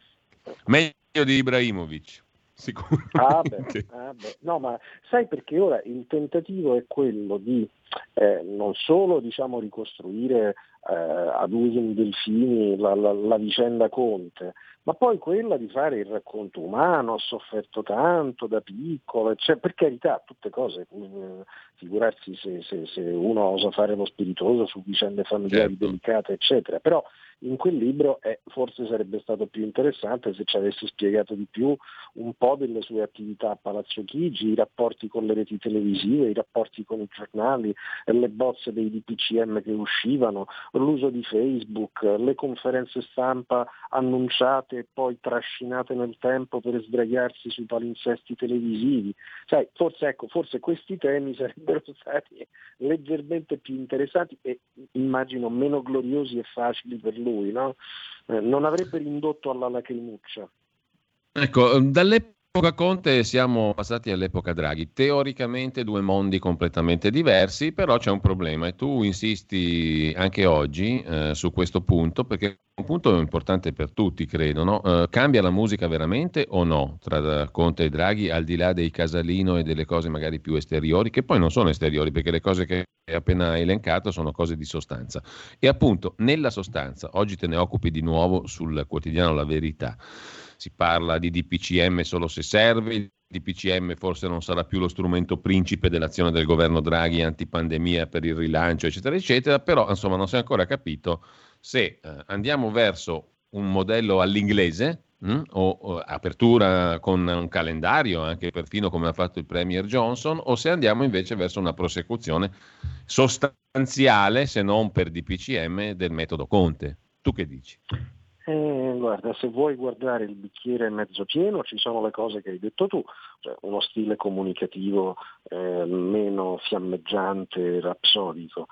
Meglio di Ibrahimovic, sicuramente. No, ma sai perché ora il tentativo è quello di non solo diciamo, ricostruire ad uso di Delfini la vicenda Conte, ma poi quella di fare il racconto umano, ho sofferto tanto da piccolo, cioè, per carità, tutte cose, figurarsi se uno osa fare lo spiritoso su vicende familiari delicate, eccetera, però in quel libro forse sarebbe stato più interessante se ci avesse spiegato di più un po' delle sue attività a Palazzo Chigi, i rapporti con le reti televisive, i rapporti con i giornali, le bozze dei DPCM che uscivano, l'uso di Facebook, le conferenze stampa annunciate e poi trascinate nel tempo per sdraiarsi sui palinsesti televisivi. Sai, forse questi temi sarebbero stati leggermente più interessanti e immagino meno gloriosi e facili per lui, no? Non avrebbe indotto alla lacrimuccia. Ecco, dall'epoca Conte siamo passati all'epoca Draghi, teoricamente due mondi completamente diversi, però c'è un problema e tu insisti anche oggi su questo punto, perché è un punto importante per tutti, credo, no? Cambia la musica veramente o no tra Conte e Draghi, al di là dei Casalino e delle cose magari più esteriori, che poi non sono esteriori, perché le cose che hai appena elencato sono cose di sostanza. E appunto, nella sostanza, oggi te ne occupi di nuovo sul quotidiano La Verità. Si parla di DPCM solo se serve, il DPCM forse non sarà più lo strumento principe dell'azione del governo Draghi antipandemia per il rilancio, eccetera, eccetera, però insomma non si è ancora capito se andiamo verso un modello all'inglese o apertura con un calendario, anche perfino come ha fatto il Premier Johnson, o se andiamo invece verso una prosecuzione sostanziale, se non per DPCM, del metodo Conte. Tu che dici? Guarda, se vuoi guardare il bicchiere mezzo pieno ci sono le cose che hai detto tu, cioè uno stile comunicativo meno fiammeggiante, rapsodico,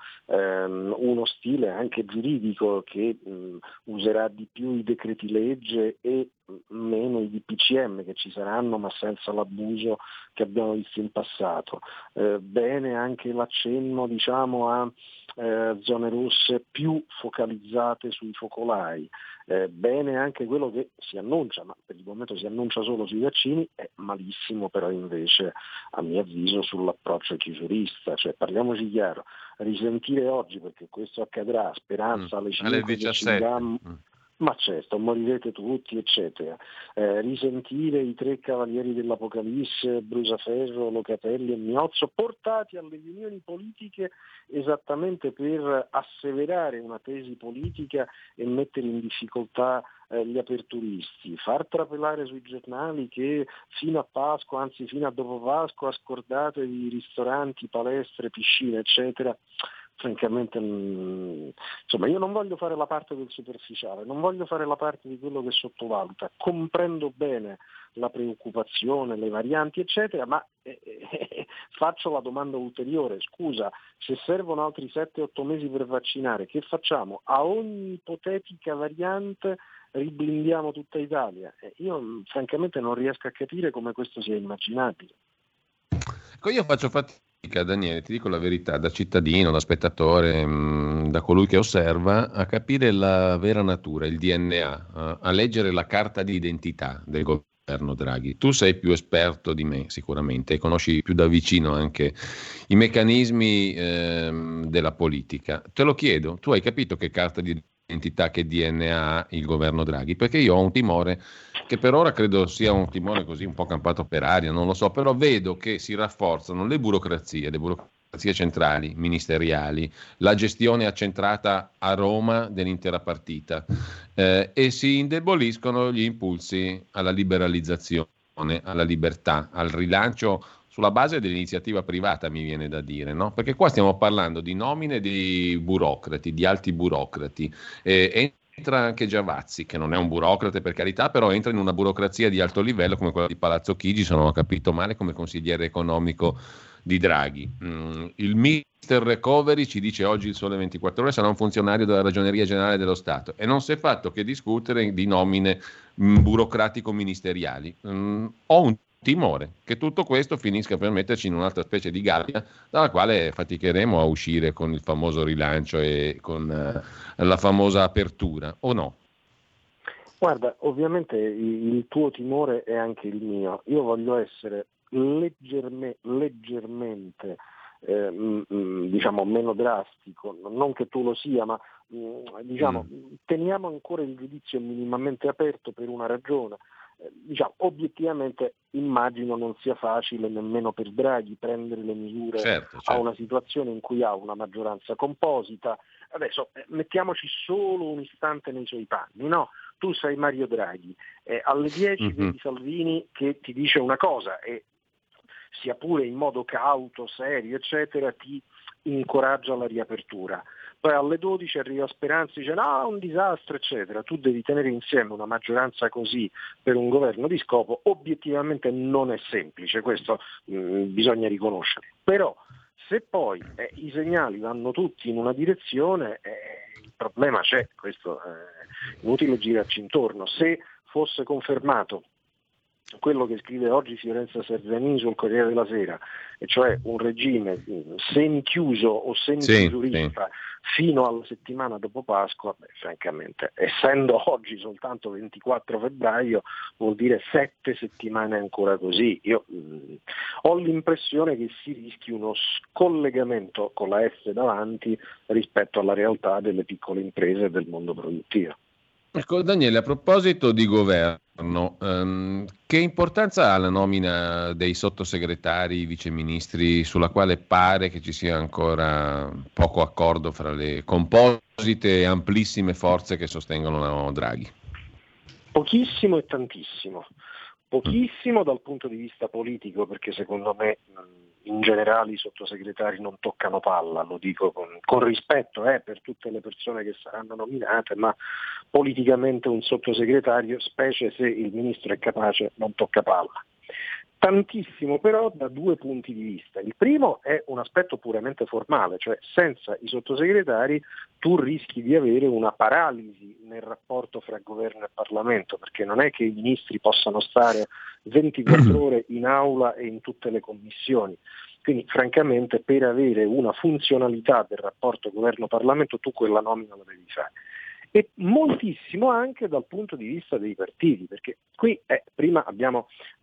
uno stile anche giuridico che userà di più i decreti legge e meno i DPCM che ci saranno ma senza l'abuso che abbiamo visto in passato. Bene anche l'accenno diciamo a zone rosse più focalizzate sui focolai. Bene anche quello che si annuncia, ma per il momento si annuncia solo sui vaccini, è malissimo però invece a mio avviso sull'approccio chiusurista, cioè parliamoci chiaro, risentire oggi, perché questo accadrà, Speranza alle 5 alle 17. Ma certo, morirete tutti, eccetera. Risentire i 3 cavalieri dell'Apocalisse, Brusaferro, Locatelli e Miozzo, portati alle riunioni politiche esattamente per asseverare una tesi politica e mettere in difficoltà gli aperturisti, far trapelare sui giornali che fino a Pasqua, anzi fino a dopo Pasqua, scordatevi ristoranti, palestre, piscine, eccetera. Francamente, insomma, io non voglio fare la parte del superficiale, non voglio fare la parte di quello che sottovaluta, comprendo bene la preoccupazione, le varianti, eccetera, ma faccio la domanda ulteriore, scusa, se servono altri 7-8 mesi per vaccinare, che facciamo? A ogni ipotetica variante riblindiamo tutta Italia? Io francamente non riesco a capire come questo sia immaginabile. Io faccio fatica, Daniele, ti dico la verità, da cittadino, da spettatore, da colui che osserva, a capire la vera natura, il DNA, a leggere la carta di identità del governo Draghi. Tu sei più esperto di me sicuramente e conosci più da vicino anche i meccanismi della politica. Te lo chiedo, tu hai capito che carta di identità, che DNA ha il governo Draghi? Perché io ho un timore che per ora credo sia un timore così un po' campato per aria, non lo so, però vedo che si rafforzano le burocrazie centrali, ministeriali, la gestione accentrata a Roma dell'intera partita e si indeboliscono gli impulsi alla liberalizzazione, alla libertà, al rilancio sulla base dell'iniziativa privata, mi viene da dire, no? Perché qua stiamo parlando di nomine di burocrati, di alti burocrati, entra anche Giavazzi, che non è un burocrate per carità, però entra in una burocrazia di alto livello come quella di Palazzo Chigi, se non ho capito male, come consigliere economico di Draghi. Il Mister Recovery, ci dice oggi il Sole 24 Ore, sarà un funzionario della Ragioneria Generale dello Stato e non si è fatto che discutere di nomine burocratico-ministeriali. Ho un timore che tutto questo finisca per metterci in un'altra specie di gabbia dalla quale faticheremo a uscire con il famoso rilancio e con la famosa apertura, o no? Guarda, ovviamente il tuo timore è anche il mio. Io voglio essere leggermente diciamo meno drastico, non che tu lo sia, ma diciamo teniamo ancora il giudizio minimamente aperto per una ragione. Diciamo, obiettivamente immagino non sia facile nemmeno per Draghi prendere le misure certo. a una situazione in cui ha una maggioranza composita. Adesso mettiamoci solo un istante nei suoi panni, no? Tu sei Mario Draghi, alle 10 vedi Salvini che ti dice una cosa e sia pure in modo cauto, serio, eccetera, ti incoraggia alla riapertura. Poi alle 12 arriva Speranza e dice no, un disastro, eccetera. Tu devi tenere insieme una maggioranza così per un governo di scopo, obiettivamente non è semplice, questo bisogna riconoscere. Però se poi i segnali vanno tutti in una direzione, il problema c'è, questo è inutile girarci intorno. Se fosse confermato quello che scrive oggi Fiorenza Serzani sul Corriere della Sera, e cioè un regime semichiuso o semichiusurista fino alla settimana dopo Pasqua, francamente, essendo oggi soltanto 24 febbraio, vuol dire 7 settimane ancora così. Io ho l'impressione che si rischi uno scollegamento con la F davanti rispetto alla realtà delle piccole imprese e del mondo produttivo. Ecco, Daniele, a proposito di governo, che importanza ha la nomina dei sottosegretari, viceministri, sulla quale pare che ci sia ancora poco accordo fra le composite e amplissime forze che sostengono Draghi? Pochissimo e tantissimo. Pochissimo dal punto di vista politico, perché secondo me in generale i sottosegretari non toccano palla, lo dico con rispetto per tutte le persone che saranno nominate, ma politicamente un sottosegretario, specie se il ministro è capace, non tocca palla. Tantissimo però da due punti di vista. Il primo è un aspetto puramente formale, cioè senza i sottosegretari tu rischi di avere una paralisi nel rapporto fra governo e Parlamento, perché non è che i ministri possano stare 24 ore in aula e in tutte le commissioni. Quindi francamente per avere una funzionalità del rapporto governo-Parlamento tu quella nomina la devi fare. E moltissimo anche dal punto di vista dei partiti, perché qui prima abbiamo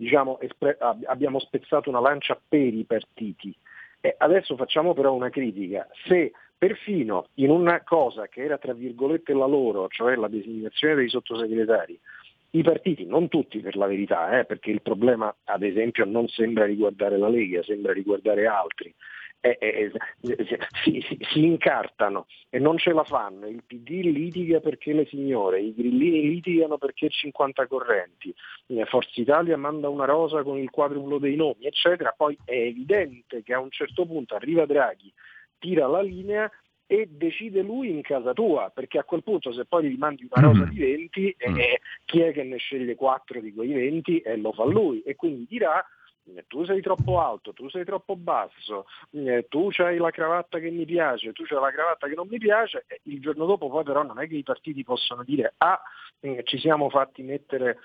spezzato una lancia per i partiti, adesso facciamo però una critica. Se perfino in una cosa che era tra virgolette la loro, cioè la designazione dei sottosegretari, i partiti, non tutti per la verità, perché il problema ad esempio non sembra riguardare la Lega, sembra riguardare altri, si incartano e non ce la fanno. Il PD litiga perché le signore, i grillini litigano perché 50 correnti, Forza Italia manda una rosa con il quadruplo dei nomi, eccetera. Poi è evidente che a un certo punto arriva Draghi, tira la linea e decide lui in casa tua, perché a quel punto se poi gli mandi una rosa di 20 chi è che ne sceglie 4 di quei 20 e lo fa lui, e quindi dirà tu sei troppo alto, tu sei troppo basso, tu c'hai la cravatta che mi piace, tu c'hai la cravatta che non mi piace, e il giorno dopo poi però non è che i partiti possono dire ci siamo fatti mettere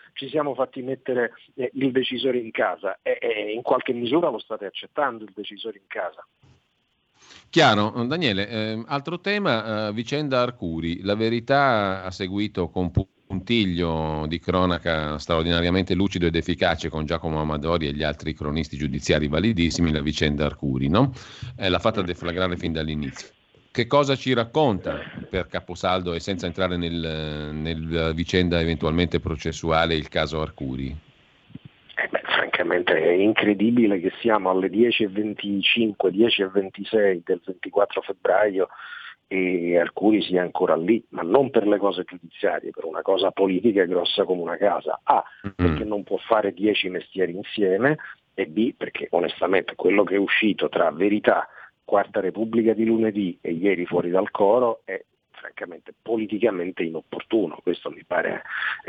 il decisore in casa, e in qualche misura lo state accettando il decisore in casa. Chiaro. Daniele, altro tema, vicenda Arcuri. La Verità ha seguito con puntiglio di cronaca straordinariamente lucido ed efficace con Giacomo Amadori e gli altri cronisti giudiziari validissimi la vicenda Arcuri, no? L'ha fatta deflagrare fin dall'inizio. Che cosa ci racconta per caposaldo e senza entrare nel vicenda eventualmente processuale il caso Arcuri? Francamente è incredibile che siamo alle 10:25, 10:26 del 24 febbraio e Arcuri sia ancora lì, ma non per le cose giudiziarie, per una cosa politica grossa come una casa. A, perché non può fare 10 mestieri insieme, e B, perché onestamente quello che è uscito tra Verità, Quarta Repubblica di lunedì e ieri Fuori dal Coro è francamente politicamente inopportuno. Questo mi pare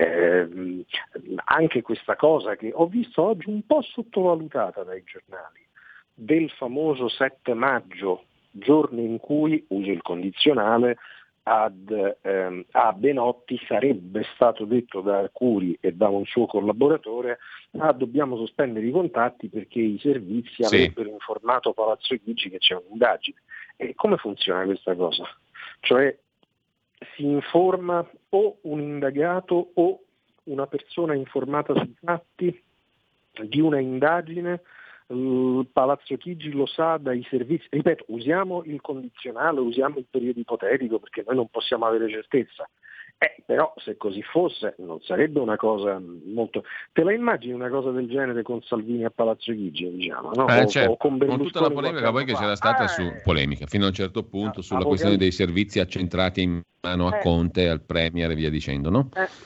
anche questa cosa che ho visto oggi un po' sottovalutata dai giornali, del famoso 7 maggio, giorno in cui, uso il condizionale, a Benotti sarebbe stato detto da Arcuri e da un suo collaboratore: dobbiamo sospendere i contatti perché i servizi avrebbero informato Palazzo Chigi che c'è un'indagine. E come funziona questa cosa? Cioè si informa o un indagato o una persona informata sui fatti di una indagine, Palazzo Chigi lo sa dai servizi, ripeto, usiamo il condizionale, usiamo il periodo ipotetico perché noi non possiamo avere certezza, però se così fosse non sarebbe una cosa molto... Te la immagini una cosa del genere con Salvini a Palazzo Chigi, diciamo, no? Certo, con tutta la polemica poi che c'era stata su polemica fino a un certo punto sulla questione dei servizi accentrati in mano a Conte, al Premier e via dicendo, no?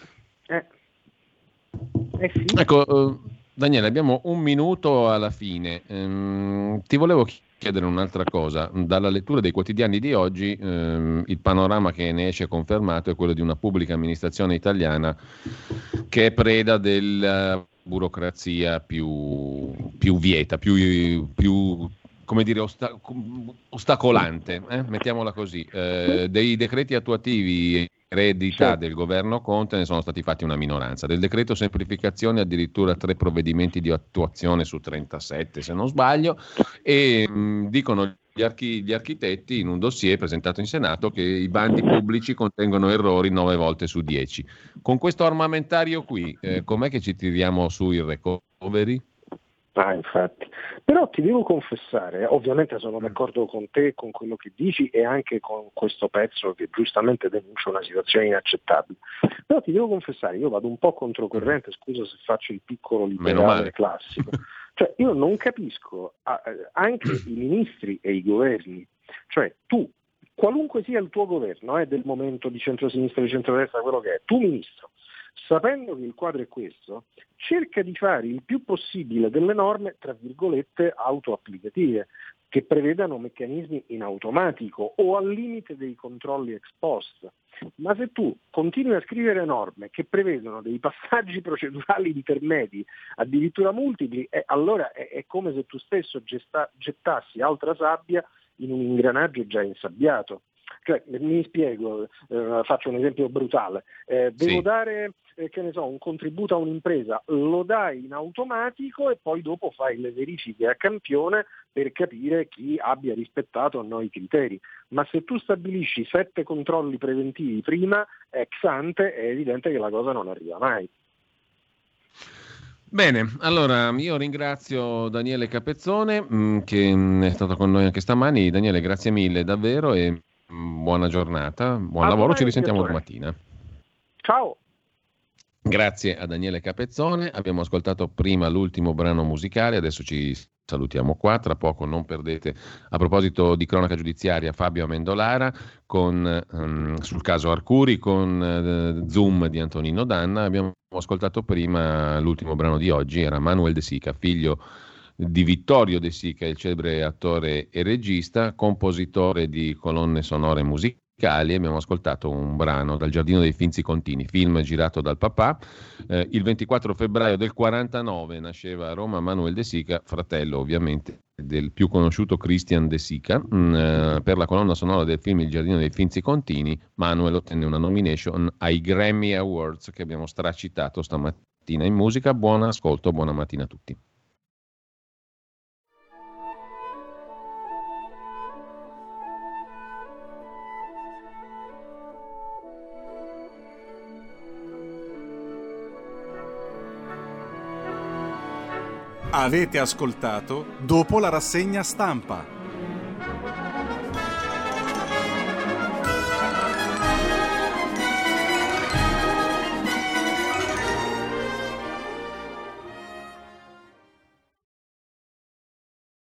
Sì. Ecco, Daniele, abbiamo un minuto alla fine. Ti volevo chiedere un'altra cosa. Dalla lettura dei quotidiani di oggi, il panorama che ne esce confermato è quello di una pubblica amministrazione italiana che è preda della burocrazia più vieta, più come dire, ostacolante, mettiamola così. Dei decreti attuativi eredità del governo Conte ne sono stati fatti una minoranza. Del decreto semplificazione addirittura 3 provvedimenti di attuazione su 37 se non sbaglio, e dicono gli architetti in un dossier presentato in Senato che i bandi pubblici contengono errori 9 volte su 10. Con questo armamentario qui com'è che ci tiriamo su il recovery? Infatti, però ti devo confessare, ovviamente sono d'accordo con te, con quello che dici e anche con questo pezzo che giustamente denuncia una situazione inaccettabile, però ti devo confessare, io vado un po' controcorrente, scusa se faccio il piccolo liberale classico, cioè io non capisco anche i ministri e i governi, cioè tu, qualunque sia il tuo governo, del momento di centrosinistra, di centrodestra, quello che è, tu ministro, sapendo che il quadro è questo, cerca di fare il più possibile delle norme, tra virgolette, autoapplicative, che prevedano meccanismi in automatico o al limite dei controlli ex post. Ma se tu continui a scrivere norme che prevedono dei passaggi procedurali intermedi, addirittura multipli, allora è come se tu stesso gettassi altra sabbia in un ingranaggio già insabbiato. Cioè, mi spiego, faccio un esempio brutale, devo dare un contributo a un'impresa, lo dai in automatico e poi dopo fai le verifiche a campione per capire chi abbia rispettato o no i criteri, ma se tu stabilisci 7 controlli preventivi prima, ex ante, è evidente che la cosa non arriva mai. Bene, allora io ringrazio Daniele Capezzone che è stato con noi anche stamani. Daniele, grazie mille davvero e buona giornata, buon lavoro, ci risentiamo domattina. Ciao. Grazie a Daniele Capezzone, abbiamo ascoltato prima l'ultimo brano musicale, adesso ci salutiamo qua, tra poco non perdete, a proposito di cronaca giudiziaria, Fabio Amendolara sul caso Arcuri con Zoom di Antonino Danna. Abbiamo ascoltato prima l'ultimo brano di oggi, era Manuel De Sica, figlio di Vittorio De Sica, il celebre attore e regista, compositore di colonne sonore musicali abbiamo ascoltato un brano dal Giardino dei Finzi Contini, film girato dal papà. Il 24 febbraio del 49 nasceva a Roma Manuel De Sica, fratello ovviamente del più conosciuto Christian De Sica. Per la colonna sonora del film Il Giardino dei Finzi Contini, Manuel ottenne una nomination ai Grammy Awards che abbiamo stracitato stamattina in musica. Buon ascolto, buona mattina a tutti. Avete ascoltato Dopo la rassegna stampa.